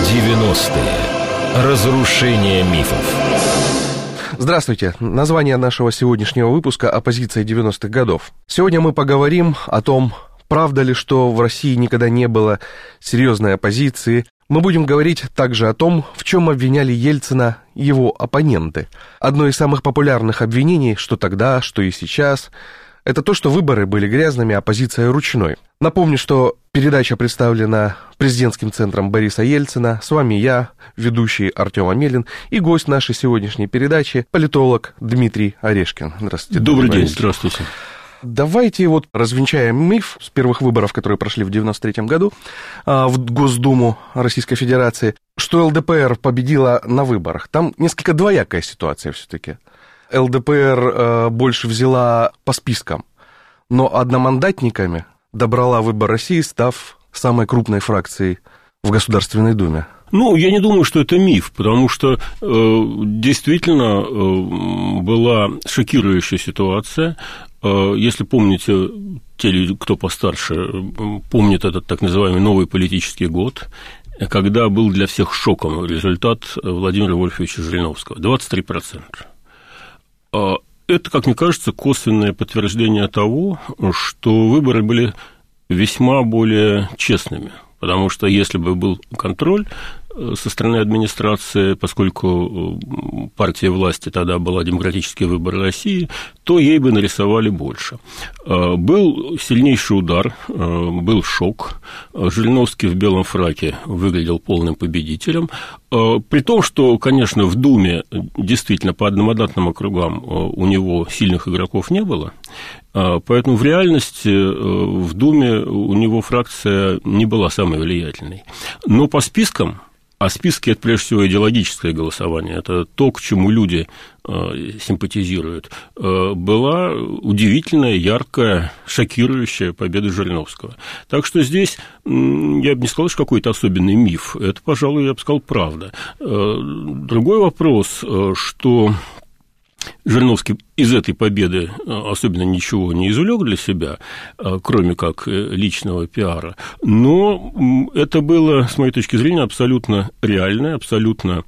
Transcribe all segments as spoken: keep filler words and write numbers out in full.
девяностые. Разрушение мифов. Здравствуйте. Название нашего сегодняшнего выпуска «Оппозиция девяностых годов». Сегодня мы поговорим о том, правда ли, что в России никогда не было серьезной оппозиции. Мы будем говорить также о том, в чем обвиняли Ельцина его оппоненты. Одно из самых популярных обвинений, что тогда, что и сейчас, это то, что выборы были грязными, а оппозиция ручной. Напомню, что передача представлена президентским центром Бориса Ельцина. С вами я, ведущий Артем Амелин, и гость нашей сегодняшней передачи, политолог Дмитрий Орешкин. Здравствуйте. Добрый день, здравствуйте. Давайте вот развенчаем миф с первых выборов, которые прошли в девяносто третьем году в Госдуму Российской Федерации, что ЛДПР победила на выборах. Там несколько двоякая ситуация все-таки. ЛДПР больше взяла по спискам, но одномандатниками добрала выбор России, став самой крупной фракцией в Государственной Думе. Ну, я не думаю, что это миф, потому что э, действительно э, была шокирующая ситуация. Э, если помните, те люди, кто постарше, э, помнят этот так называемый новый политический год, когда был для всех шоком результат Владимира Вольфовича Жириновского – двадцать три процента. Э, это, как мне кажется, косвенное подтверждение того, что выборы были весьма более честными. Потому что если бы был контроль со стороны администрации, поскольку партия власти тогда была «Демократический выбор России», то ей бы нарисовали больше. Был сильнейший удар, был шок. Жириновский в белом фраке выглядел полным победителем. При том, что, конечно, в Думе действительно по одномандатным округам у него сильных игроков не было, поэтому в реальности в Думе у него фракция не была самой влиятельной. Но по спискам, а списки – это прежде всего идеологическое голосование, это то, к чему люди симпатизируют, была удивительная, яркая, шокирующая победа Жириновского. Так что здесь я бы не сказал, что какой-то особенный миф, это, пожалуй, я бы сказал, правда. Другой вопрос, что Жириновский из этой победы особенно ничего не извлек для себя, кроме как личного пиара, но это было, с моей точки зрения, абсолютно реальное, абсолютно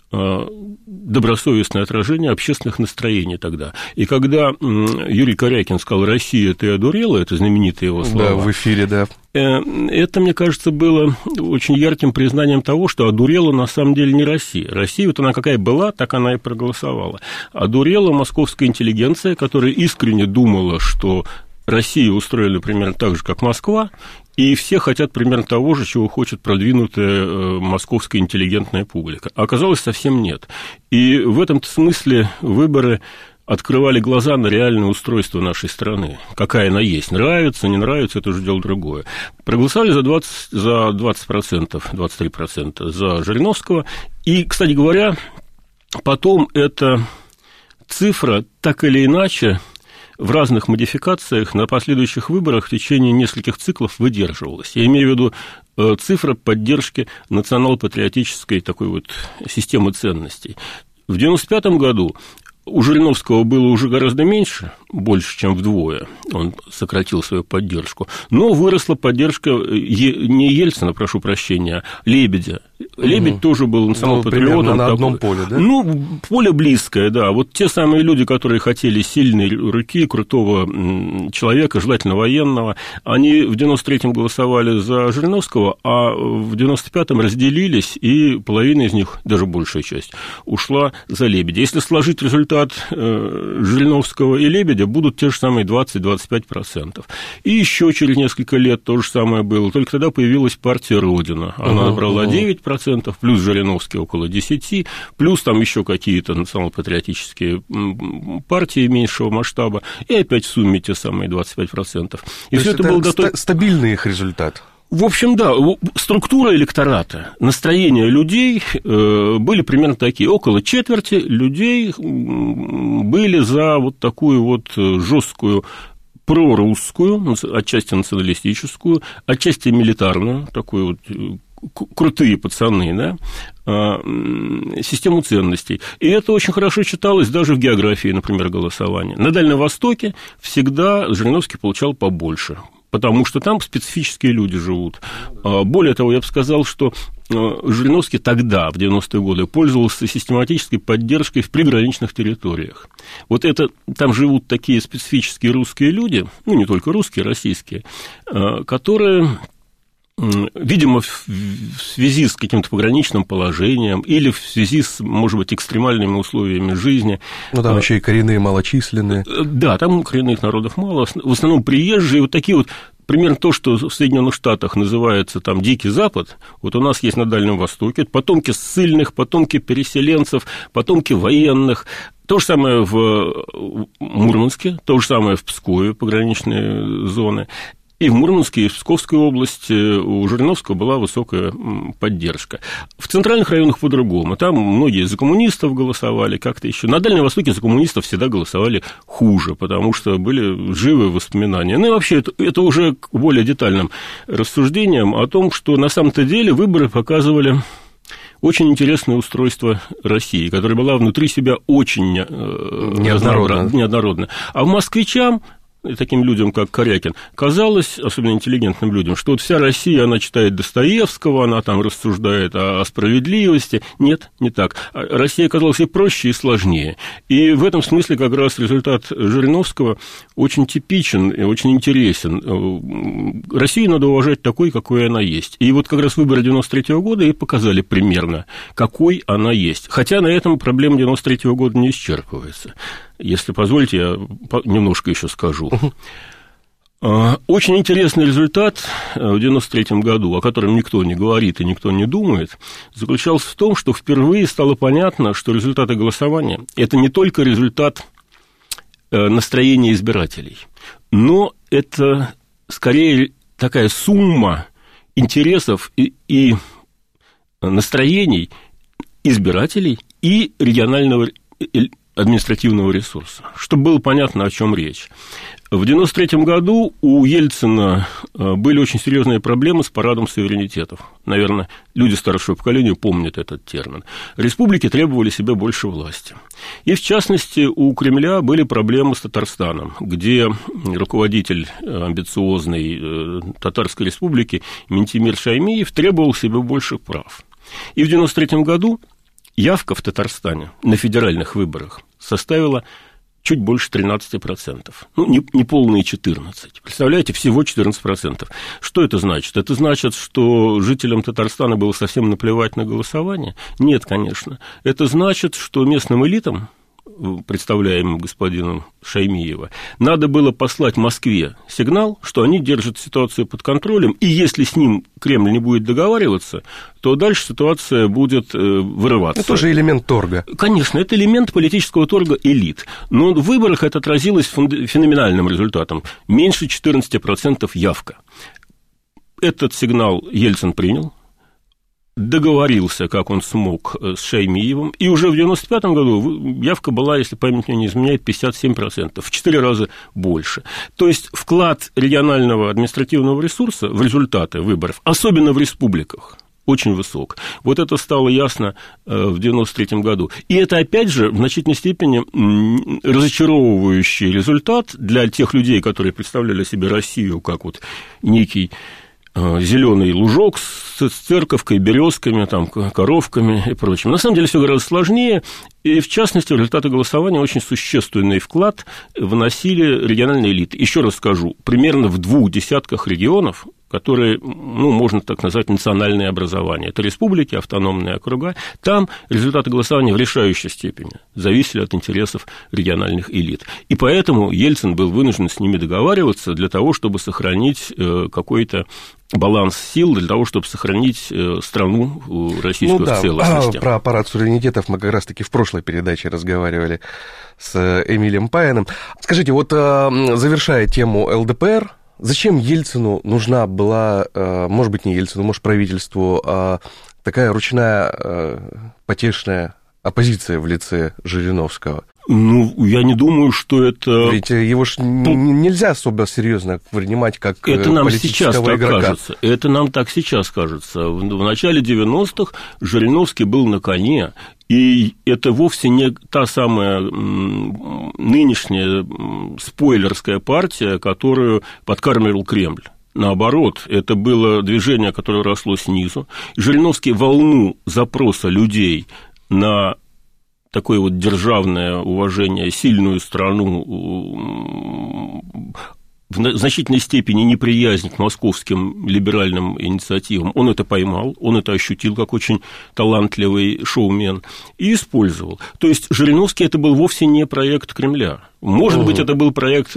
добросовестное отражение общественных настроений тогда. И когда Юрий Корякин сказал «Россия, ты одурела», это знаменитые его слова. Да, в эфире, да. Это, мне кажется, было очень ярким признанием того, что одурела на самом деле не Россия. Россия, вот она какая была, так она и проголосовала. Одурела московская интеллигенция, которая искренне думала, что Россия устроена примерно так же, как Москва, и все хотят примерно того же, чего хочет продвинутая московская интеллигентная публика. А оказалось, совсем нет. И в этом смысле выборы открывали глаза на реальное устройство нашей страны. Какая она есть. Нравится, не нравится, это уже дело другое. Проголосовали за двадцать, за двадцать процентов, двадцать три процента за Жириновского. И, кстати говоря, потом эта цифра так или иначе в разных модификациях на последующих выборах в течение нескольких циклов выдерживалась. Я имею в виду цифра поддержки национал-патриотической такой вот системы ценностей. В девяносто пятом году у Жириновского было уже гораздо меньше, больше, чем вдвое, он сократил свою поддержку, но выросла поддержка не Ельцина, прошу прощения, а Лебедя. Лебедь угу. тоже был национал-патриотом. Ну, на одном поле, да? Ну, поле близкое, да. Вот те самые люди, которые хотели сильной руки, крутого человека, желательно военного, они в девяносто третьем голосовали за Жириновского, а в девяносто пятом разделились, и половина из них, даже большая часть, ушла за Лебедя. Если сложить результат Жириновского и Лебедя, будут те же самые двадцать-двадцать пять процентов. И еще через несколько лет то же самое было. Только тогда появилась партия «Родина». Она набрала девять процентов, плюс Жириновский около десять процентов, плюс там еще какие-то национал-патриотические партии меньшего масштаба, и опять в сумме те самые двадцать пять процентов. И все это, это был ста- стабильный их результат. В общем, да, структура электората, настроения людей были примерно такие. Около четверти людей были за вот такую вот жесткую прорусскую, отчасти националистическую, отчасти милитарную, такую вот крутые пацаны, да, систему ценностей. И это очень хорошо читалось даже в географии, например, голосования. На Дальнем Востоке всегда Жириновский получал побольше. потому что там специфические люди живут. Более того, я бы сказал, что Жириновский тогда, в девяностые годы, пользовался систематической поддержкой в приграничных территориях. Вот это, там живут такие специфические русские люди, ну, не только русские, российские, которые... видимо, в связи с каким-то пограничным положением или в связи с, может быть, экстремальными условиями жизни. Ну, там еще и коренные малочисленные. Да, там коренных народов мало, в основном приезжие, вот такие вот, примерно то, что в Соединенных Штатах называется там Дикий Запад, вот у нас есть на Дальнем Востоке, потомки ссыльных, потомки переселенцев, потомки военных. То же самое в Мурманске, то же самое в Пскове, пограничные зоны. И в Мурманске, и в Псковской области у Жириновского была высокая поддержка. В центральных районах по-другому. Там многие за коммунистов голосовали, как-то еще. На Дальнем Востоке за коммунистов всегда голосовали хуже, потому что были живые воспоминания. Ну и вообще, это, это уже к более детальным рассуждениям о том, что на самом-то деле выборы показывали очень интересное устройство России, которая была внутри себя очень неоднородна. неоднородна. А москвичам, таким людям, как Корякин, казалось, особенно интеллигентным людям, что вот вся Россия, она читает Достоевского, она там рассуждает о справедливости. Нет, не так. Россия казалась и проще, и сложнее. И в этом смысле как раз результат Жириновского очень типичен и очень интересен. Россию надо уважать такой, какой она есть. И вот как раз выборы девяносто третьего года и показали примерно, какой она есть. Хотя на этом проблема девяносто третьего года не исчерпывается. Если позволите, я немножко еще скажу. Очень интересный результат в девяносто третьем году, о котором никто не говорит и никто не думает, заключался в том, что впервые стало понятно, что результаты голосования – это не только результат настроения избирателей, но это скорее такая сумма интересов и, и настроений избирателей и регионального административного ресурса, чтобы было понятно, о чем речь. В девяносто третьем году у Ельцина были очень серьезные проблемы с парадом суверенитетов. Наверное, люди старшего поколения помнят этот термин. Республики требовали себе больше власти. И, в частности, у Кремля были проблемы с Татарстаном, где руководитель амбициозной Татарской республики Ментимир Шаймиев требовал себе больше прав. И в девяносто третьем году явка в Татарстане на федеральных выборах составила чуть больше тринадцать процентов. Ну, не, не полные четырнадцать процентов. Представляете, всего четырнадцать процентов. Что это значит? Это значит, что жителям Татарстана было совсем наплевать на голосование? Нет, конечно. Это значит, что местным элитам, представляемым господином Шаймиева, надо было послать Москве сигнал, что они держат ситуацию под контролем, и если с ним Кремль не будет договариваться, то дальше ситуация будет вырываться. Это тоже элемент торга. Конечно, это элемент политического торга элит. Но в выборах это отразилось феноменальным результатом. Меньше четырнадцать процентов явка. Этот сигнал Ельцин принял, договорился, как он смог, с Шаймиевым, и уже в девяносто пятом году явка была, если память мне не изменяет, пятьдесят семь процентов, в четыре раза больше. То есть вклад регионального административного ресурса в результаты выборов, особенно в республиках, очень высок. Вот это стало ясно в девяносто третьем году. И это, опять же, в значительной степени разочаровывающий результат для тех людей, которые представляли себе Россию как вот некий зеленый лужок с церковкой, березками, там, коровками и прочим. На самом деле все гораздо сложнее, и, в частности, в результаты голосования очень существенный вклад вносили региональные элиты. Еще раз скажу, примерно в двух десятках регионов, которые, ну, можно так назвать, национальные образования. Это республики, автономные округа. Там результаты голосования в решающей степени зависели от интересов региональных элит. И поэтому Ельцин был вынужден с ними договариваться для того, чтобы сохранить какой-то баланс сил, для того, чтобы сохранить страну российскую, ну, да, в целостности. Про аппарат суверенитетов мы как раз-таки в прошлой передаче разговаривали с Эмилием Паяным. Скажите, вот завершая тему эл дэ пэ эр, зачем Ельцину нужна была, может быть, не Ельцину, может, правительству, такая ручная, потешная оппозиция в лице Жириновского? Ну, я не думаю, что это... Ведь его ж ну, нельзя особо серьезно принимать как это нам политического сейчас так игрока. Кажется. Это нам так сейчас кажется. В начале девяностых Жириновский был на коне, И это вовсе не та самая нынешняя спойлерская партия, которую подкармливал Кремль. Наоборот, это было движение, которое росло снизу. Жириновский волну запроса людей на такое вот державное уважение, сильную страну, в значительной степени неприязнь к московским либеральным инициативам, он это поймал, он это ощутил как очень талантливый шоумен и использовал. То есть Жириновский – это был вовсе не проект Кремля. Может угу. быть, это был проект э,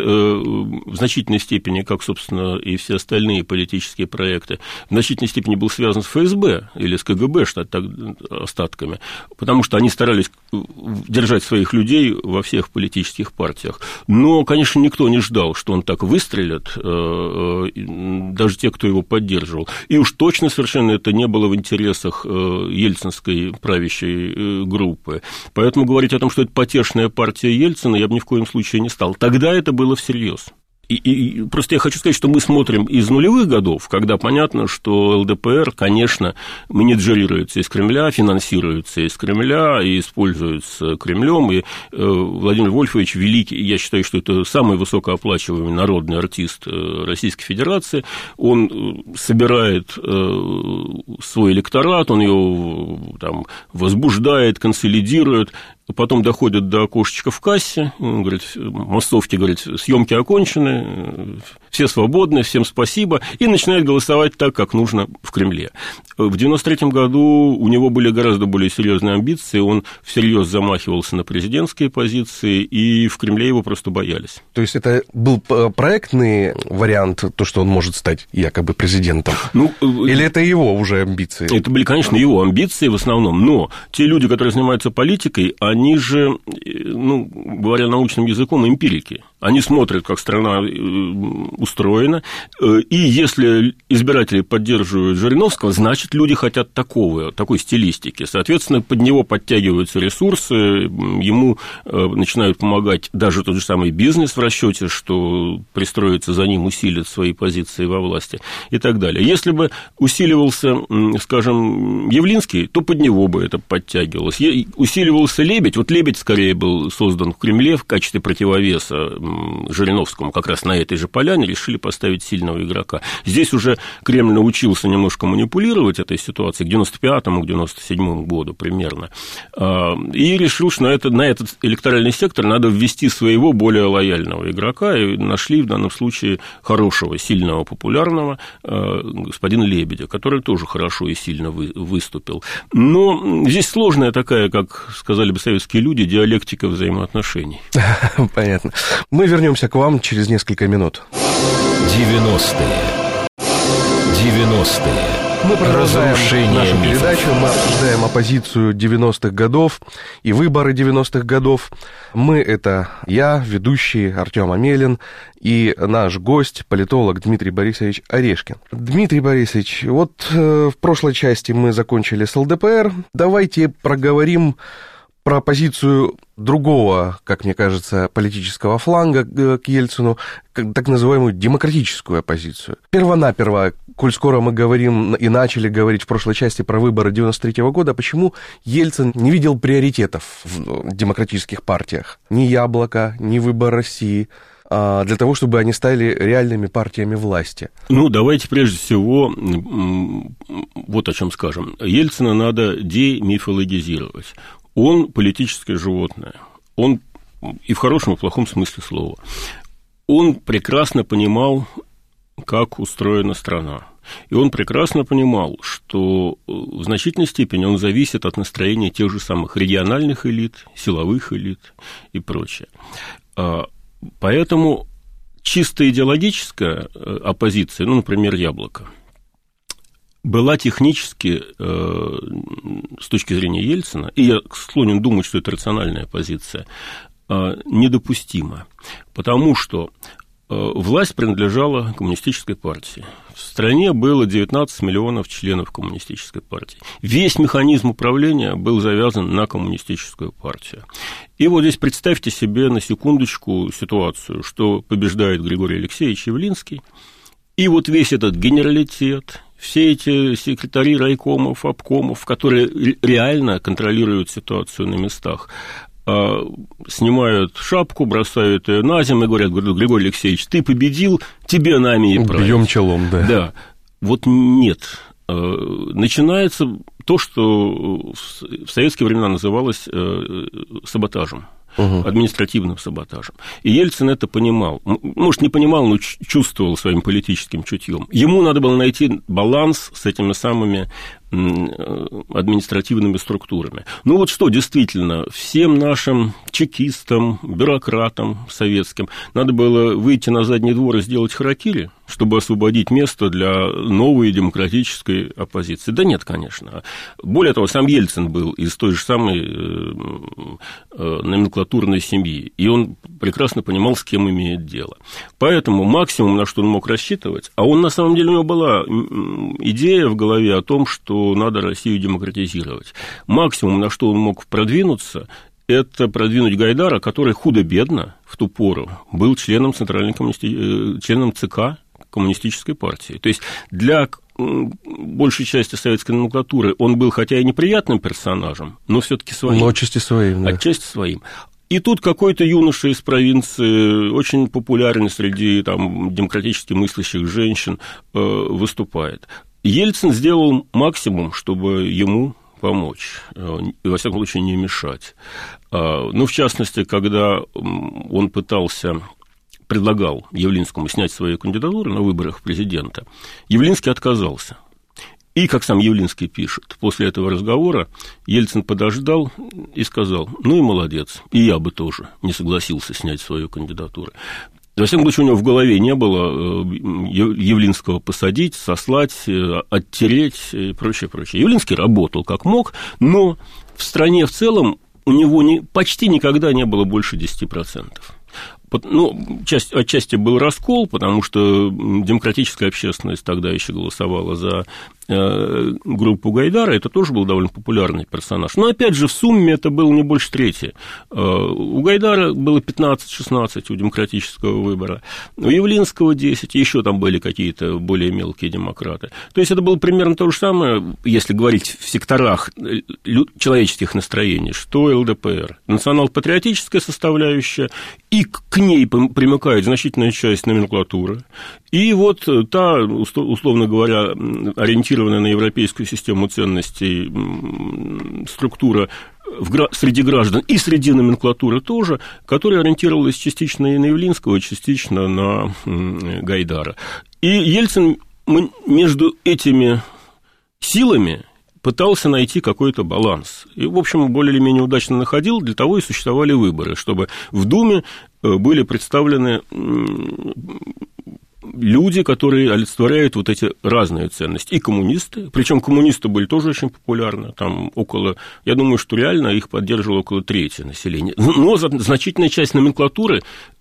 в значительной степени, как, собственно, и все остальные политические проекты, в значительной степени был связан с ФСБ или с КГБ так, остатками, потому что они старались держать своих людей во всех политических партиях. Но, конечно, никто не ждал, что он так выстрелит, э, э, даже те, кто его поддерживал. И уж точно совершенно это не было в интересах э, ельцинской правящей э, группы. Поэтому говорить о том, что это потешная партия Ельцина, я бы ни в коем случае случае не стал. Тогда это было всерьез. И, и просто я хочу сказать, что мы смотрим из нулевых годов, когда понятно, что ЛДПР, конечно, менеджерируется из Кремля, финансируется из Кремля и используется Кремлем. И э, Владимир Вольфович великий, я считаю, что это самый высокооплачиваемый народный артист Российской Федерации. Он собирает э, свой электорат, он его там возбуждает, консолидирует. Потом доходят до окошечка в кассе, говорит, массовки, говорит, съемки окончены, все свободны, всем спасибо, и начинает голосовать так, как нужно в Кремле. В девяносто третьем году у него были гораздо более серьезные амбиции, он всерьез замахивался на президентские позиции, и в Кремле его просто боялись. То есть это был проектный вариант, то, что он может стать якобы президентом? Ну, или это его уже амбиции? Это были, конечно, его амбиции в основном, но те люди, которые занимаются политикой, они же, ну, говоря научным языком, эмпирики. Они смотрят, как страна устроена, и если избиратели поддерживают Жириновского, значит, люди хотят такого, такой стилистики. Соответственно, под него подтягиваются ресурсы, ему начинают помогать даже тот же самый бизнес в расчете, что пристроиться за ним, усилит свои позиции во власти и так далее. Если бы усиливался, скажем, Явлинский, то под него бы это подтягивалось. Усиливался Лебедь, вот Лебедь скорее был создан в Кремле в качестве противовеса Жириновскому, как раз на этой же поляне решили поставить сильного игрока. Здесь уже Кремль научился немножко манипулировать этой ситуацией к девяносто пятому, к девяносто седьмому году примерно, и решил, что на, это, на этот электоральный сектор надо ввести своего более лояльного игрока, и нашли в данном случае хорошего, сильного, популярного господина Лебедя, который тоже хорошо и сильно выступил. Но здесь сложная такая, как сказали бы советские люди, диалектика взаимоотношений. Понятно. Мы вернемся к вам через несколько минут. девяностые. девяностые. Мы продолжаем нашу передачу, мы обсуждаем оппозицию девяностых годов и выборы девяностых годов. Мы – это я, ведущий Артём Амелин, и наш гость, политолог Дмитрий Борисович Орешкин. Дмитрий Борисович, вот э, в прошлой части мы закончили с ЛДПР. Давайте проговорим про позицию другого, как мне кажется, политического фланга к Ельцину, так называемую демократическую оппозицию. Первонаперво, коль скоро мы говорим и начали говорить в прошлой части про выборы девяносто третьего года, почему Ельцин не видел приоритетов в демократических партиях? Ни «Яблоко», ни «Выбор России», для того, чтобы они стали реальными партиями власти? Ну, давайте прежде всего вот о чем скажем. Ельцина надо демифологизировать. Он политическое животное, он и в хорошем, и в плохом смысле слова. Он прекрасно понимал, как устроена страна. И он прекрасно понимал, что в значительной степени он зависит от настроения тех же самых региональных элит, силовых элит и прочее. Поэтому чисто идеологическая оппозиция, ну, например, «Яблоко», была технически, э, с точки зрения Ельцина, и я склонен думать, что это рациональная позиция, э, недопустима, потому что э, власть принадлежала коммунистической партии. В стране было девятнадцать миллионов членов коммунистической партии. Весь механизм управления был завязан на коммунистическую партию. И вот здесь представьте себе на секундочку ситуацию, что побеждает Григорий Алексеевич Явлинский, и вот весь этот генералитет, все эти секретари райкомов, обкомов, которые реально контролируют ситуацию на местах, снимают шапку, бросают ее на землю и говорят: Григорий Алексеевич, ты победил, тебе нами и править. Бьем челом, да. Да. Вот нет. Начинается то, что в советские времена называлось саботажем. Угу. Административным саботажем. И Ельцин это понимал. Может, не понимал, но чувствовал своим политическим чутьем. Ему надо было найти баланс с этими самыми административными структурами. Ну вот что, действительно, всем нашим чекистам, бюрократам советским надо было выйти на задний двор и сделать харакири, чтобы освободить место для новой демократической оппозиции? Да нет, конечно. Более того, сам Ельцин был из той же самой номенклатурной семьи, и он прекрасно понимал, с кем имеет дело. Поэтому максимум, на что он мог рассчитывать, а он, на самом деле, у него была идея в голове о том, что надо Россию демократизировать. Максимум, на что он мог продвинуться, это продвинуть Гайдара, который худо-бедно в ту пору был членом, центральной коммунисти... членом ЦК Коммунистической партии. То есть для большей части советской номенклатуры он был, хотя и неприятным персонажем, но все-таки своим. Но отчасти своим, да. Отчасти своим. И тут какой-то юноша из провинции, очень популярный среди там, демократически мыслящих женщин, э, выступает. Ельцин сделал максимум, чтобы ему помочь, и, во всяком случае, не мешать. Ну, в частности, когда он пытался, предлагал Явлинскому снять свою кандидатуру на выборах президента, Явлинский отказался. И, как сам Явлинский пишет, после этого разговора Ельцин подождал и сказал: ну и молодец, и я бы тоже не согласился снять свою кандидатуру. Во всяком случае, у него в голове не было Явлинского посадить, сослать, оттереть и прочее, прочее. Явлинский работал как мог, но в стране в целом у него не, почти никогда не было больше десяти процентов. Ну, часть, отчасти был раскол, потому что демократическая общественность тогда еще голосовала за э, группу Гайдара, это тоже был довольно популярный персонаж. Но, опять же, в сумме это было не больше трети. Э, у Гайдара было пятнадцать-шестнадцать у демократического выбора, у Явлинского десять, еще там были какие-то более мелкие демократы. То есть это было примерно то же самое, если говорить в секторах человеческих настроений, что эл дэ пэ эр. Национал-патриотическая составляющая, и к ней примыкает значительная часть номенклатуры. И вот та, условно говоря, ориентированная на европейскую систему ценностей структура в, среди граждан и среди номенклатуры тоже, которая ориентировалась частично и на Явлинского, частично на Гайдара. И Ельцин между этими силами пытался найти какой-то баланс. И, в общем, более или менее удачно находил, для того и существовали выборы, чтобы в Думе были представлены люди, которые олицетворяют вот эти разные ценности. И коммунисты, причем коммунисты были тоже очень популярны, там около, я думаю, что реально их поддерживало около трети населения. Но значительная часть номенклатуры,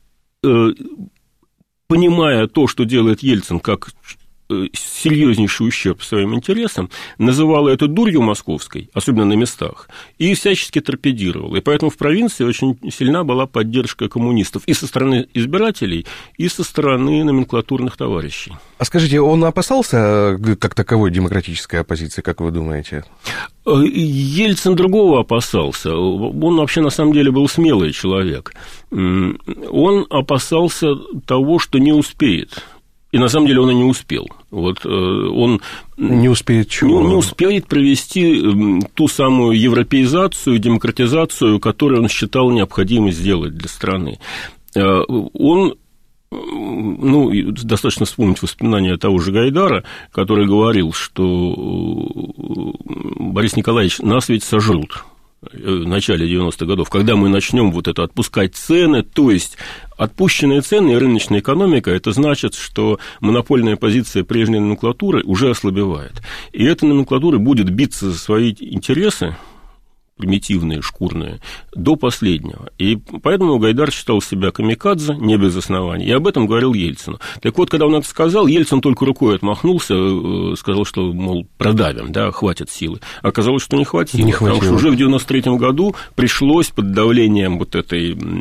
понимая то, что делает Ельцин как серьезнейший ущерб своим интересам, называла это дурью московской, особенно на местах, и всячески торпедировала. И поэтому в провинции очень сильна была поддержка коммунистов и со стороны избирателей, и со стороны номенклатурных товарищей. А скажите, он опасался как таковой демократической оппозиции, как вы думаете? Ельцин другого опасался. Он вообще на самом деле был смелый человек. Он опасался того, что не успеет. И на самом деле он и не успел. Вот, он не успеет чего? Не, не успеет провести ту самую европеизацию, демократизацию, которую он считал необходимо сделать для страны. Он, ну, достаточно вспомнить воспоминания того же Гайдара, который говорил, что Борис Николаевич, нас ведь сожрут в начале девяностых годов, когда мы начнем вот это отпускать цены, то есть отпущенные цены и рыночная экономика, это значит, что монопольная позиция прежней номенклатуры уже ослабевает. И эта номенклатура будет биться за свои интересы, примитивные, шкурные, до последнего. И поэтому Гайдар считал себя камикадзе, не без оснований, и об этом говорил Ельцину. Так вот, когда он это сказал, Ельцин только рукой отмахнулся, сказал, что, мол, продавим, да, хватит силы. Оказалось, что не хватило, не хватило. Потому что уже в девяносто третьем году пришлось под давлением вот этой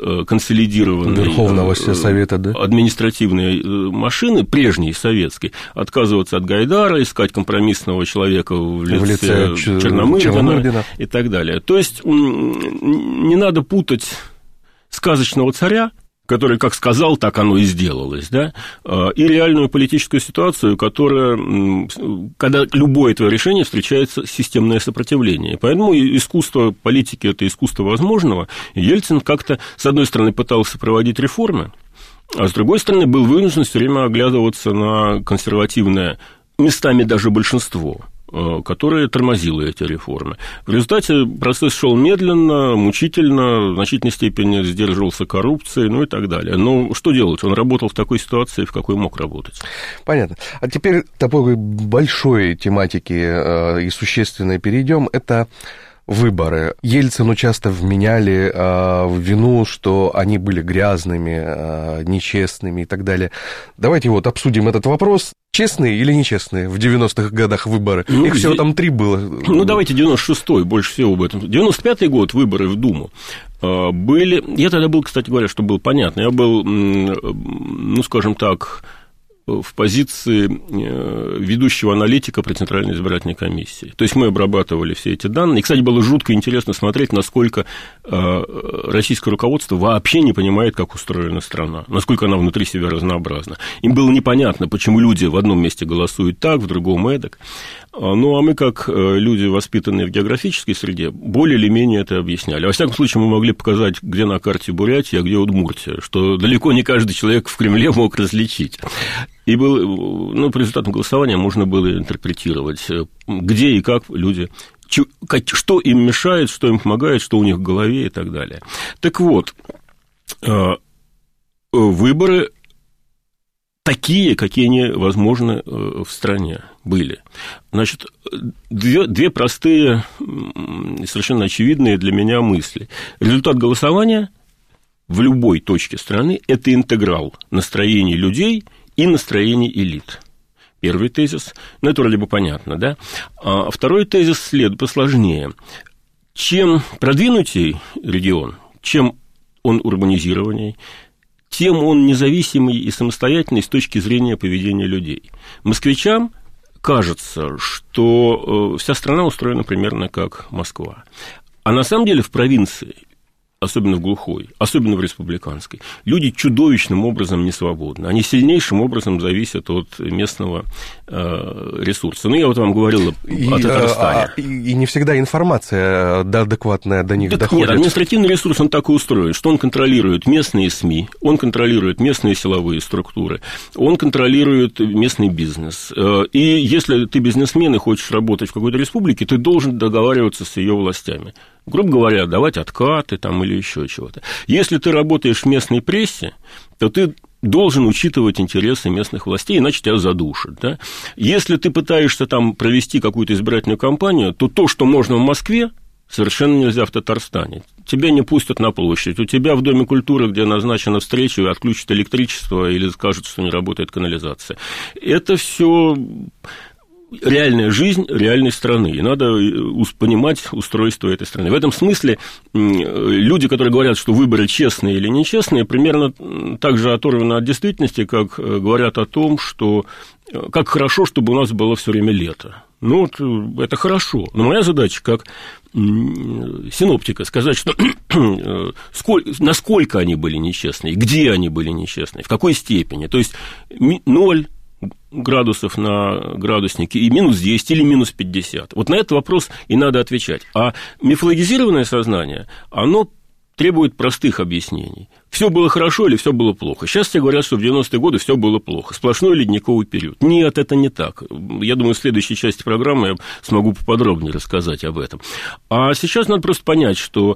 консолидированной Верховного Совета, да? административной машины, прежней советской, отказываться от Гайдара, искать компромиссного человека в лице, в лице Черномырдина, Черномырдина и так далее. То есть не надо путать сказочного царя, который как сказал, так оно и сделалось, да, и реальную политическую ситуацию, которая, когда любое твое решение встречается системное сопротивление. Поэтому искусство политики – это искусство возможного. И Ельцин как-то, с одной стороны, пытался проводить реформы, а с другой стороны, был вынужден все время оглядываться на консервативное, местами даже большинство, которое тормозило эти реформы. В результате процесс шел медленно, мучительно, в значительной степени сдерживался коррупцией, ну и так далее. Но что делать? Он работал в такой ситуации, в какой мог работать. Понятно. А теперь к такой большой тематике и существенной перейдем. Это выборы. Ельцину часто вменяли э, в вину, что они были грязными, э, нечестными и так далее. Давайте вот обсудим этот вопрос. Честные или нечестные в девяностых годах выборы? Ну, их всего там три было. Ну, давайте девяносто шестой, больше всего об этом. девяносто пятый год, выборы в Думу были... Я тогда был, кстати говоря, что было понятно. Я был, ну, скажем так, в позиции ведущего аналитика при Центральной избирательной комиссии. То есть мы обрабатывали все эти данные. И, кстати, было жутко интересно смотреть, насколько российское руководство вообще не понимает, как устроена страна, насколько она внутри себя разнообразна. Им было непонятно, почему люди в одном месте голосуют так, в другом эдак. Ну, а мы, как люди, воспитанные в географической среде, более или менее это объясняли. Во всяком случае, мы могли показать, где на карте Бурятия, а где Удмуртия, что далеко не каждый человек в Кремле мог различить. И был, ну, по результатам голосования можно было интерпретировать, где и как люди, что им мешает, что им помогает, что у них в голове и так далее. Так вот, выборы такие, какие они возможны в стране были. Значит, две, две простые, совершенно очевидные для меня мысли. Результат голосования в любой точке страны – это интеграл настроений людей и настроений элит. Первый тезис, ну, это вроде бы понятно, да? А второй тезис след посложнее. Чем продвинутей регион, чем он урбанизированней, тем он независимый и самостоятельный с точки зрения поведения людей. Москвичам кажется, что вся страна устроена примерно как Москва. А на самом деле в провинции, особенно в глухой, особенно в республиканской, люди чудовищным образом не свободны. Они сильнейшим образом зависят от местного э, ресурса. Ну, я вот вам говорил и, о Татарстане. А, и, и не всегда информация да, адекватная до них так доходит. Нет, административный ресурс, он так и устроен, что он контролирует местные СМИ, он контролирует местные силовые структуры, он контролирует местный бизнес. И если ты бизнесмен и хочешь работать в какой-то республике, ты должен договариваться с ее властями. Грубо говоря, давать откаты там, или еще чего-то. Если ты работаешь в местной прессе, то ты должен учитывать интересы местных властей, иначе тебя задушат. Да? Если ты пытаешься там провести какую-то избирательную кампанию, то то, что можно в Москве, совершенно нельзя в Татарстане. Тебя не пустят на площадь. У тебя в Доме культуры, где назначена встреча, отключат электричество или скажут, что не работает канализация. Это все реальная жизнь реальной страны, и надо понимать устройство этой страны. В этом смысле люди, которые говорят, что выборы честные или нечестные, примерно так же оторваны от действительности, как говорят о том, что как хорошо, чтобы у нас было все время лето. Ну, вот это хорошо. Но моя задача, как синоптика, сказать, что сколько, насколько они были нечестные, где они были нечестные, в какой степени. То есть ноль градусов на градуснике и минус десять или минус пятьдесят. Вот на этот вопрос и надо отвечать. А мифологизированное сознание, оно требует простых объяснений. Все было хорошо или все было плохо? Сейчас все говорят, что в девяностые годы все было плохо. Сплошной ледниковый период. Нет, это не так. Я думаю, в следующей части программы я смогу поподробнее рассказать об этом. А сейчас надо просто понять, что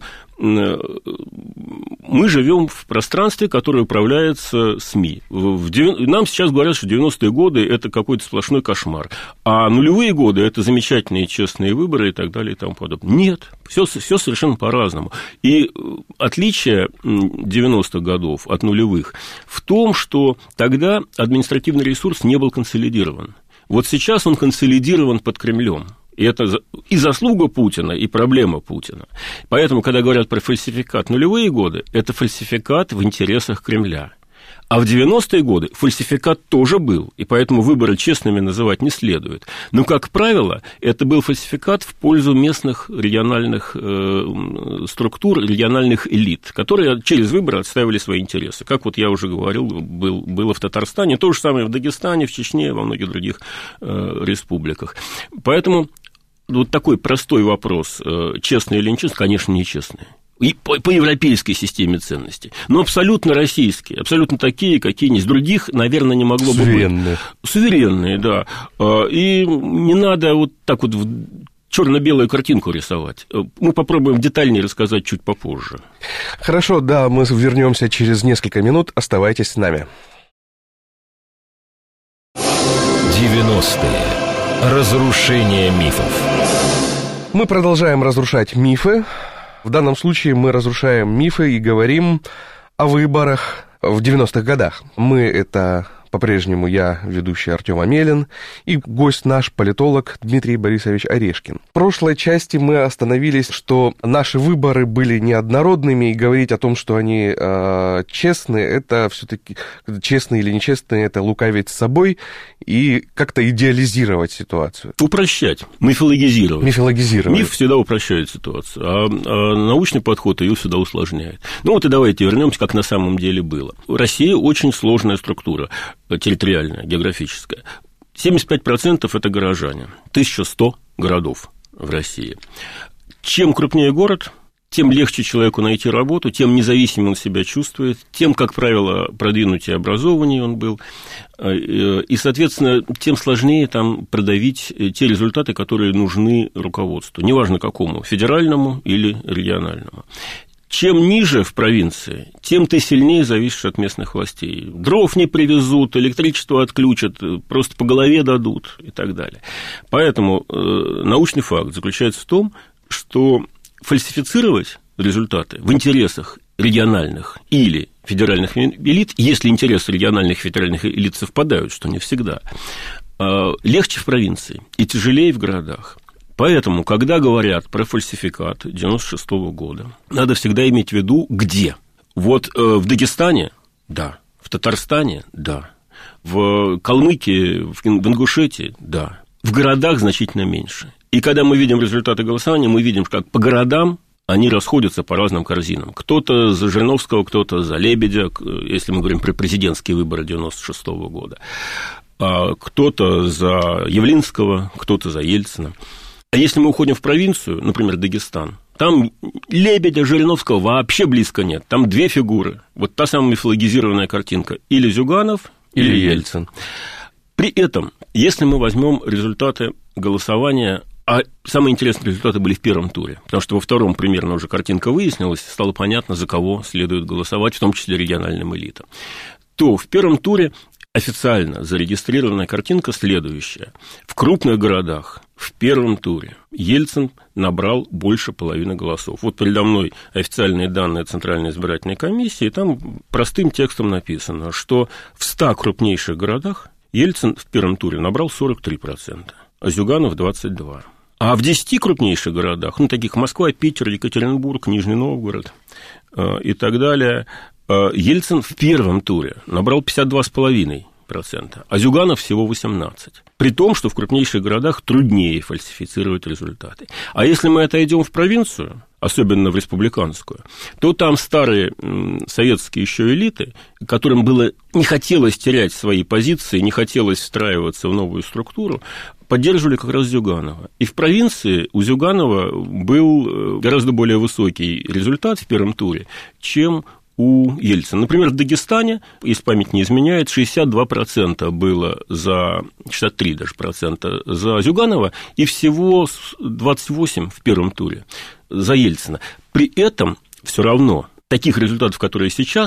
мы живем в пространстве, которое управляется СМИ. Нам сейчас говорят, что девяностые годы – это какой-то сплошной кошмар, а нулевые годы – это замечательные честные выборы и так далее и тому подобное. Нет, все, все совершенно по-разному. И отличие девяностых годов от нулевых в том, что тогда административный ресурс не был консолидирован. Вот сейчас он консолидирован под Кремлем. И это и заслуга Путина, и проблема Путина. Поэтому, когда говорят про фальсификат нулевые годы, это фальсификат в интересах Кремля. А в девяностые годы фальсификат тоже был, и поэтому выборы честными называть не следует. Но, как правило, это был фальсификат в пользу местных региональных э, структур, региональных элит, которые через выборы отстаивали свои интересы. Как вот я уже говорил, был, было в Татарстане, то же самое в Дагестане, в Чечне, во многих других э, республиках. Поэтому вот такой простой вопрос, э, честный или нечестный, конечно, нечестный. И по, по европейской системе ценностей, но абсолютно российские, абсолютно такие, какие из других, наверное, не могло Суверенные. бы быть. Суверенные, да. И не надо вот так вот черно-белую картинку рисовать. Мы попробуем детальнее рассказать чуть попозже. Хорошо, да, мы вернемся через несколько минут. Оставайтесь с нами. девяностые. Разрушение мифов. Мы продолжаем разрушать мифы. В данном случае мы разрушаем мифы и говорим о выборах в девяностых годах. Мы — это по-прежнему я, ведущий Артём Амелин, и гость наш, политолог Дмитрий Борисович Орешкин. В прошлой части мы остановились, что наши выборы были неоднородными, и говорить о том, что они э, честные, это все-таки честные или нечестные, это лукавить с собой и как-то идеализировать ситуацию. Упрощать, мифологизировать. Мифологизировать. Миф всегда упрощает ситуацию, а, а научный подход ее всегда усложняет. Ну вот и давайте вернемся, как на самом деле было. Россия очень сложная структура, территориальная, географическая. семьдесят пять процентов это горожане, тысяча сто городов в России. Чем крупнее город, тем легче человеку найти работу, тем независимым он себя чувствует, тем, как правило, продвинутее образованнее он был, и, соответственно, тем сложнее там продавить те результаты, которые нужны руководству, неважно какому, федеральному или региональному. Чем ниже в провинции, тем ты сильнее зависишь от местных властей. Дров не привезут, электричество отключат, просто по голове дадут и так далее. Поэтому э, научный факт заключается в том, что фальсифицировать результаты в интересах региональных или федеральных элит, если интересы региональных и федеральных элит совпадают, что не всегда, э, легче в провинции и тяжелее в городах. Поэтому, когда говорят про фальсификат девяносто шестого года, надо всегда иметь в виду, где. Вот э, в Дагестане – да, в Татарстане – да, в Калмыкии, в Ингушетии – да, в городах значительно меньше. И когда мы видим результаты голосования, мы видим, как по городам они расходятся по разным корзинам. Кто-то за Жириновского, кто-то за Лебедя, если мы говорим про президентские выборы девяносто шестого года, кто-то за Явлинского, кто-то за Ельцина. А если мы уходим в провинцию, например, Дагестан, там Лебедя, Жириновского вообще близко нет. Там две фигуры. Вот та самая мифологизированная картинка. Или Зюганов, или, или Ельцин. При этом, если мы возьмем результаты голосования, а самые интересные результаты были в первом туре, потому что во втором примерно уже картинка выяснилась, стало понятно, за кого следует голосовать, в том числе региональным элитам, то в первом туре официально зарегистрированная картинка следующая. В крупных городах в первом туре Ельцин набрал больше половины голосов. Вот передо мной официальные данные Центральной избирательной комиссии, и там простым текстом написано, что в ста крупнейших городах Ельцин в первом туре набрал сорок три процента, а Зюганов – двадцать два процента. А в десяти крупнейших городах, ну, таких Москва, Питер, Екатеринбург, Нижний Новгород э, и так далее, Ельцин в первом туре набрал пятьдесят два целых пять десятых процента, а Зюганов всего восемнадцать процентов. При том, что в крупнейших городах труднее фальсифицировать результаты. А если мы отойдем в провинцию, особенно в республиканскую, то там старые советские еще элиты, которым было, не хотелось терять свои позиции, не хотелось встраиваться в новую структуру, поддерживали как раз Зюганова. И в провинции у Зюганова был гораздо более высокий результат в первом туре, чем у Ельцина. Например, в Дагестане, если память не изменяет, шестьдесят два процента было за, шестьдесят три даже процента за Зюганова, и всего двадцать восемь процентов в первом туре за Ельцина. При этом все равно таких результатов, которые сейчас,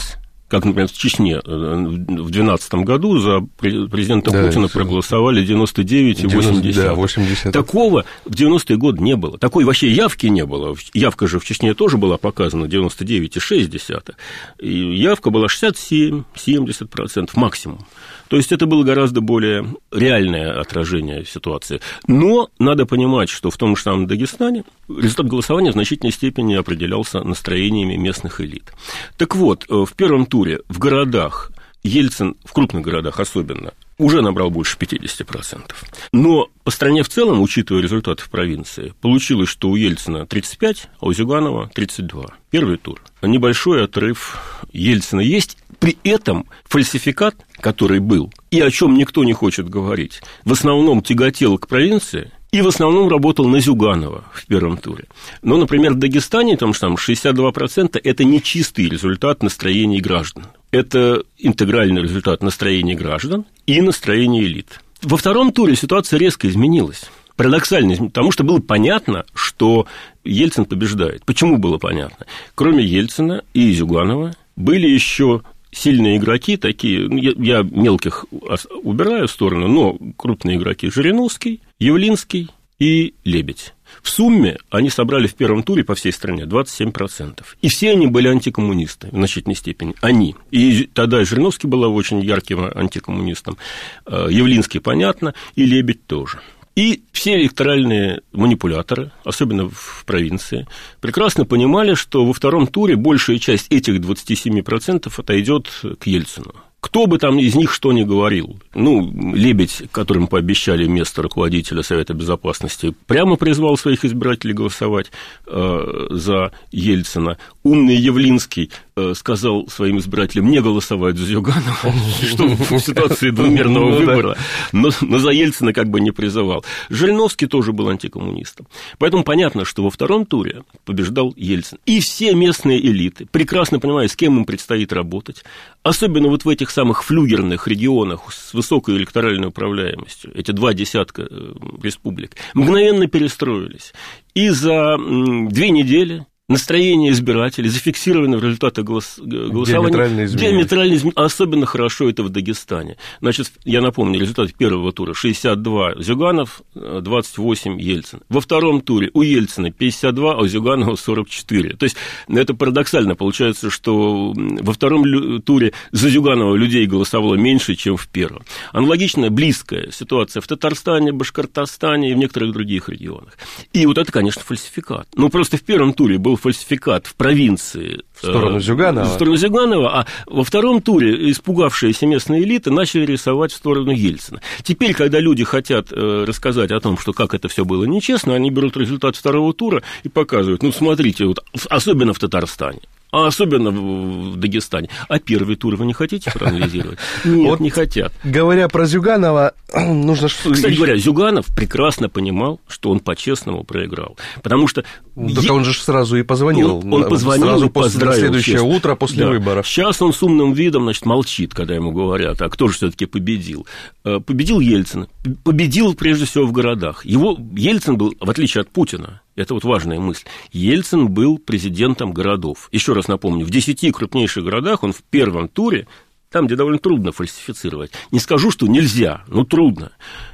как, например, в Чечне в две тысячи двенадцатом году за президента да, Путина проголосовали девяносто девять и восемьдесят. Такого в девяностые годы не было. Такой вообще явки не было. Явка же в Чечне тоже была показана девяносто девять и шесть десятых. И явка была шестьдесят семь - семьдесят процентов максимум. То есть это было гораздо более реальное отражение ситуации. Но надо понимать, что в том же самом Дагестане результат голосования в значительной степени определялся настроениями местных элит. Так вот, в первом туре в городах Ельцин, в крупных городах особенно, уже набрал больше пятьдесят процентов. Но по стране в целом, учитывая результаты в провинции, получилось, что у Ельцина тридцать пять, а у Зюганова тридцать два. Первый тур. Небольшой отрыв Ельцина есть. При этом фальсификат, который был, и о чем никто не хочет говорить, в основном тяготел к провинции и в основном работал на Зюганова в первом туре. Но, например, в Дагестане там, там шестьдесят два процента – это не чистый результат настроений граждан. Это интегральный результат настроений граждан и настроения элит. Во втором туре ситуация резко изменилась. Парадоксально, потому что было понятно, что Ельцин побеждает. Почему было понятно? Кроме Ельцина и Зюганова были еще сильные игроки, такие, я мелких убираю в сторону, но крупные игроки: Жириновский, Явлинский и Лебедь. В сумме они собрали в первом туре по всей стране двадцать семь процентов. И все они были антикоммунисты в значительной степени. Они. И тогда Жириновский был очень ярким антикоммунистом, Явлинский, понятно, и Лебедь тоже. И все электоральные манипуляторы, особенно в провинции, прекрасно понимали, что во втором туре большая часть этих двадцати семи процентов отойдет к Ельцину. Кто бы там из них что ни говорил, ну, Лебедь, которому пообещали место руководителя Совета Безопасности, прямо призвал своих избирателей голосовать э, за Ельцина. Умный Явлинский э, сказал своим избирателям не голосовать за Зюганова, что в ситуации двумерного выбора, но за Ельцина как бы не призывал. Жириновский тоже был антикоммунистом. Поэтому понятно, что во втором туре побеждал Ельцин. И все местные элиты, прекрасно понимая, с кем им предстоит работать, особенно вот в этих самых флюгерных регионах с высокой электоральной управляемостью, эти два десятка республик, мгновенно перестроились. И за две недели настроение избирателей зафиксировано в результатах голос... голосования. Диаметрально изменилось. Диаметрально изменилось. Особенно хорошо это в Дагестане. Значит, я напомню, результат первого тура: шестьдесят два Зюганов, двадцать восемь Ельцин. Во втором туре у Ельцина пятьдесят два, а у Зюганова сорок четыре. То есть это парадоксально. Получается, что во втором туре за Зюганова людей голосовало меньше, чем в первом. Аналогичная, близкая ситуация в Татарстане, Башкортостане и в некоторых других регионах. И вот это, конечно, фальсификат. Ну, просто в первом туре был фальсификат в провинции в сторону Зюганова. В сторону Зюганова, а во втором туре испугавшиеся местные элиты начали рисовать в сторону Ельцина. Теперь, когда люди хотят рассказать о том, что как это все было нечестно, они берут результат второго тура и показывают: ну, смотрите, вот, особенно в Татарстане, а особенно в Дагестане. А первый тур вы не хотите проанализировать? Нет, вот, не хотят. Говоря про Зюганова, нужно... Кстати говоря, Зюганов прекрасно понимал, что он по-честному проиграл. Потому что... Так е... он же сразу и позвонил. Он, он позвонил сразу и после, поздравил. Следующее честно. утро после да. выборов. Сейчас он с умным видом, значит, молчит, когда ему говорят: а кто же все-таки победил? Победил Ельцин. Победил прежде всего в городах. Его... Ельцин был, в отличие от Путина, это вот важная мысль, Ельцин был президентом городов. Еще раз напомню, в десяти крупнейших городах он в первом туре, там, где довольно трудно фальсифицировать, не скажу, что нельзя, но трудно,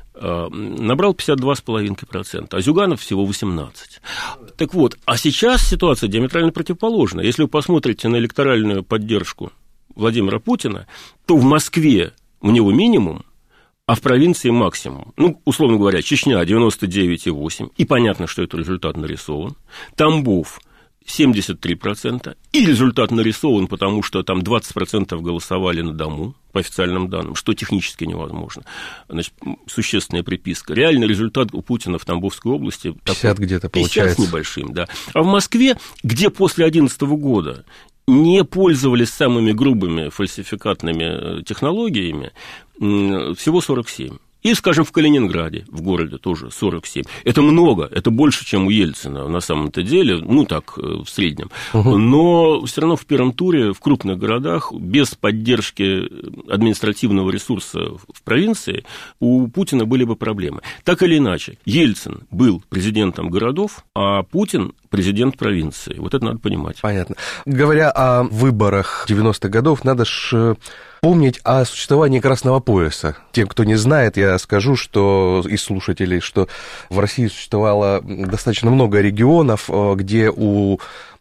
набрал пятьдесят два целых пять десятых процента, а Зюганов всего восемнадцать процентов. Так вот, а сейчас ситуация диаметрально противоположна. Если вы посмотрите на электоральную поддержку Владимира Путина, то в Москве у него минимум, а в провинции максимум. Ну, условно говоря, Чечня девяносто девять целых восемь десятых, и понятно, что это результат нарисован. Тамбов семьдесят три процента, и результат нарисован, потому что там двадцать процентов голосовали на дому, по официальным данным, что технически невозможно. Значит, существенная приписка. Реальный результат у Путина в Тамбовской области пятьдесят такой, где-то получается. пятьдесят с небольшим, да. А в Москве, где после две тысячи одиннадцатого года не пользовались самыми грубыми фальсификатными технологиями, всего сорок семь. И, скажем, в Калининграде, в городе тоже сорок семь. Это много, это больше, чем у Ельцина на самом-то деле, ну так, в среднем. Угу. Но все равно в первом туре в крупных городах без поддержки административного ресурса в провинции у Путина были бы проблемы. Так или иначе, Ельцин был президентом городов, а Путин президент провинции. Вот это надо понимать. Понятно. Говоря о выборах девяностых годов, надо ж помнить о существовании Красного пояса. Тем, кто не знает, я скажу, что из слушателей, что в России существовало достаточно много регионов, где у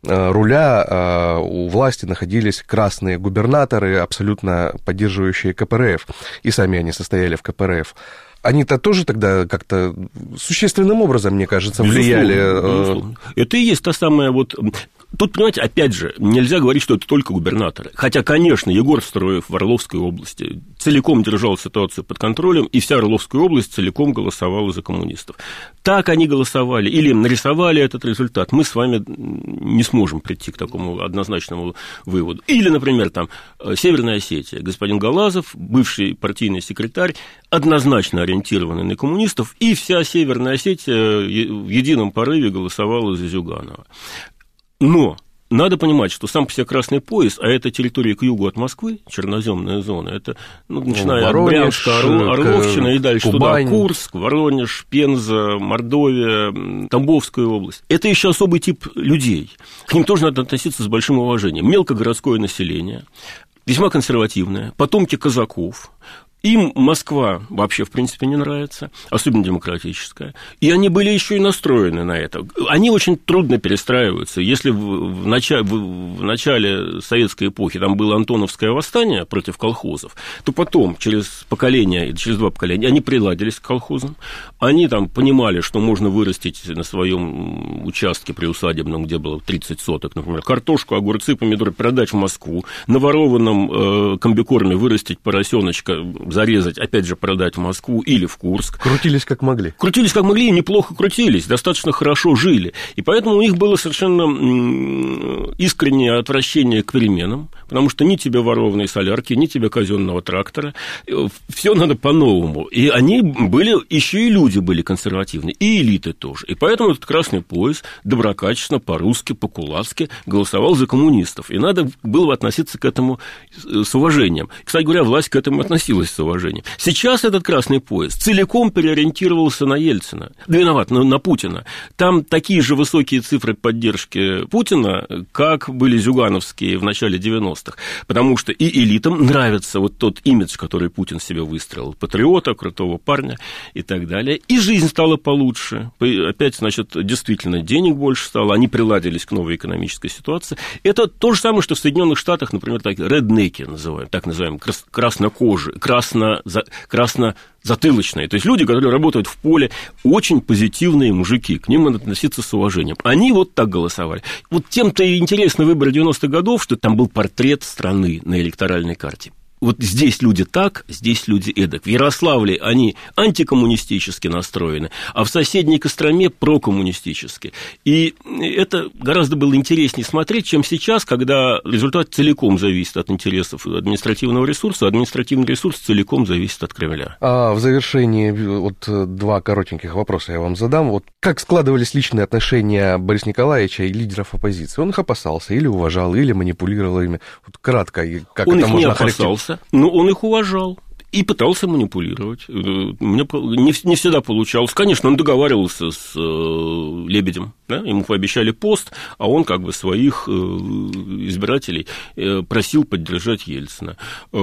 руля, у власти находились красные губернаторы, абсолютно поддерживающие ка пэ эр эф, и сами они состояли в ка пэ эр эф. Они-то тоже тогда как-то существенным образом, мне кажется, влияли. Безусловно, безусловно. Это и есть та самая вот... Тут, понимаете, опять же, нельзя говорить, что это только губернаторы. Хотя, конечно, Егор Строев в Орловской области целиком держал ситуацию под контролем, и вся Орловская область целиком голосовала за коммунистов. Так они голосовали или нарисовали этот результат, мы с вами не сможем прийти к такому однозначному выводу. Или, например, там, Северная Осетия. Господин Галазов, бывший партийный секретарь, однозначно ориентированный на коммунистов, и вся Северная Осетия в едином порыве голосовала за Зюганова. Но надо понимать, что сам по себе Красный пояс, а это территория к югу от Москвы, черноземная зона, это, ну, начиная Воронеж, от Брянска, Орловщина и дальше Кубань, туда, Курск, Воронеж, Пенза, Мордовия, Тамбовская область. Это еще особый тип людей. К ним тоже надо относиться с большим уважением. Мелкогородское население, весьма консервативное, потомки казаков. Им Москва вообще, в принципе, не нравится, особенно демократическая. И они были еще и настроены на это. Они очень трудно перестраиваются. Если в начале, в начале советской эпохи там было Антоновское восстание против колхозов, то потом, через поколение, через два поколения, они приладились к колхозам. Они там понимали, что можно вырастить на своем участке приусадебном, где было тридцать соток, например, картошку, огурцы, помидоры, продать в Москву, на ворованном э, комбикорме вырастить поросеночка, зарезать, опять же, продать в Москву или в Курск. Крутились как могли. Крутились как могли, и неплохо крутились, достаточно хорошо жили. И поэтому у них было совершенно искреннее отвращение к переменам, потому что ни тебе ворованной солярки, ни тебе казенного трактора, все надо по-новому. И они были, еще и люди были консервативные, и элиты тоже. И поэтому этот Красный пояс доброкачественно, по-русски, по-кулацки голосовал за коммунистов. И надо было относиться к этому с уважением. Кстати говоря, власть к этому относилась с уважением. Сейчас этот Красный пояс целиком переориентировался на Ельцина, да виноват, на, на Путина. Там такие же высокие цифры поддержки Путина, как были зюгановские в начале девяностых, потому что и элитам нравится вот тот имидж, который Путин себе выстроил, патриота, крутого парня и так далее, и жизнь стала получше. Опять, значит, действительно, денег больше стало, они приладились к новой экономической ситуации. Это то же самое, что в Соединенных Штатах, например, так, реднеки называют, так называемые, краснокожие, красно красно-затылочные, то есть люди, которые работают в поле, очень позитивные мужики, к ним надо относиться с уважением. Они вот так голосовали. Вот тем-то и интересны выборы девяностых годов, что там был портрет страны на электоральной карте. Вот здесь люди так, здесь люди эдак. В Ярославле они антикоммунистически настроены, а в соседней Костроме прокоммунистически. И это гораздо было интереснее смотреть, чем сейчас, когда результат целиком зависит от интересов административного ресурса, а административный ресурс целиком зависит от Кремля. А в завершении вот два коротеньких вопроса я вам задам. Вот как складывались личные отношения Бориса Николаевича и лидеров оппозиции? Он их опасался или уважал, или манипулировал ими? Вот кратко, как Он это их можно не опасался. Но он их уважал и пытался манипулировать. Мне не всегда получалось. Конечно, он договаривался с Лебедем, да? Ему пообещали пост, а он как бы своих избирателей просил поддержать Ельцина.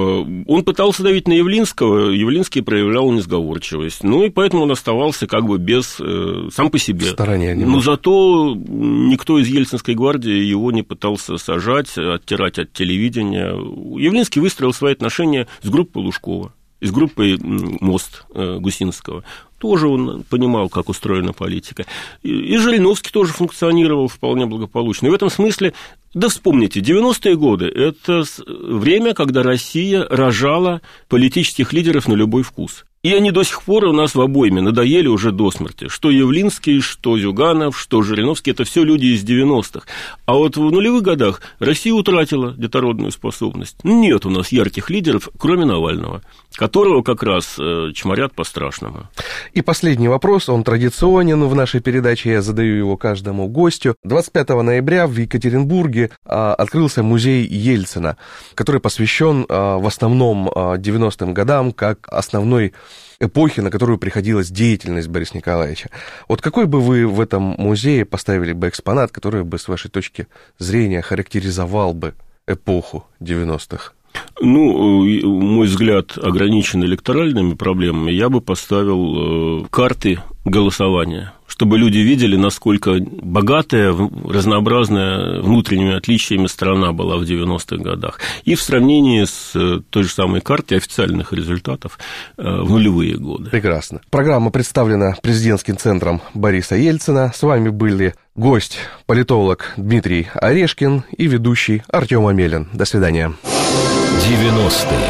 Он пытался давить на Явлинского, Явлинский проявлял несговорчивость. Ну, и поэтому он оставался как бы без... сам по себе. В стороне. Но зато никто из Ельцинской гвардии его не пытался сажать, оттирать от телевидения. Явлинский выстроил свои отношения с группой Лужкова, и с группой «Мост» Гусинского. Тоже он понимал, как устроена политика. И Жириновский тоже функционировал вполне благополучно. И в этом смысле, да вспомните, девяностые годы – это время, когда Россия рожала политических лидеров на любой вкус. И они до сих пор у нас в обойме надоели уже до смерти. Что Явлинский, что Зюганов, что Жириновский – это все люди из девяностых. А вот в нулевых годах Россия утратила детородную способность. Нет у нас ярких лидеров, кроме Навального, которого как раз чморят по-страшному. И последний вопрос, он традиционен в нашей передаче, я задаю его каждому гостю. двадцать пятого ноября в Екатеринбурге а, открылся музей Ельцина, который посвящен а, в основном а, девяностым годам как основной эпохи, на которую приходилась деятельность Бориса Николаевича. Вот какой бы вы в этом музее поставили бы экспонат, который бы, с вашей точки зрения, характеризовал бы эпоху девяностых? Ну, мой взгляд ограничен электоральными проблемами. Я бы поставил карты голосования, чтобы люди видели, насколько богатая, разнообразная внутренними отличиями страна была в девяностых годах. И в сравнении с той же самой картой официальных результатов в нулевые годы. Прекрасно. Программа представлена президентским центром Бориса Ельцина. С вами были гость, политолог Дмитрий Орешкин и ведущий Артем Амелин. До свидания. девяностые.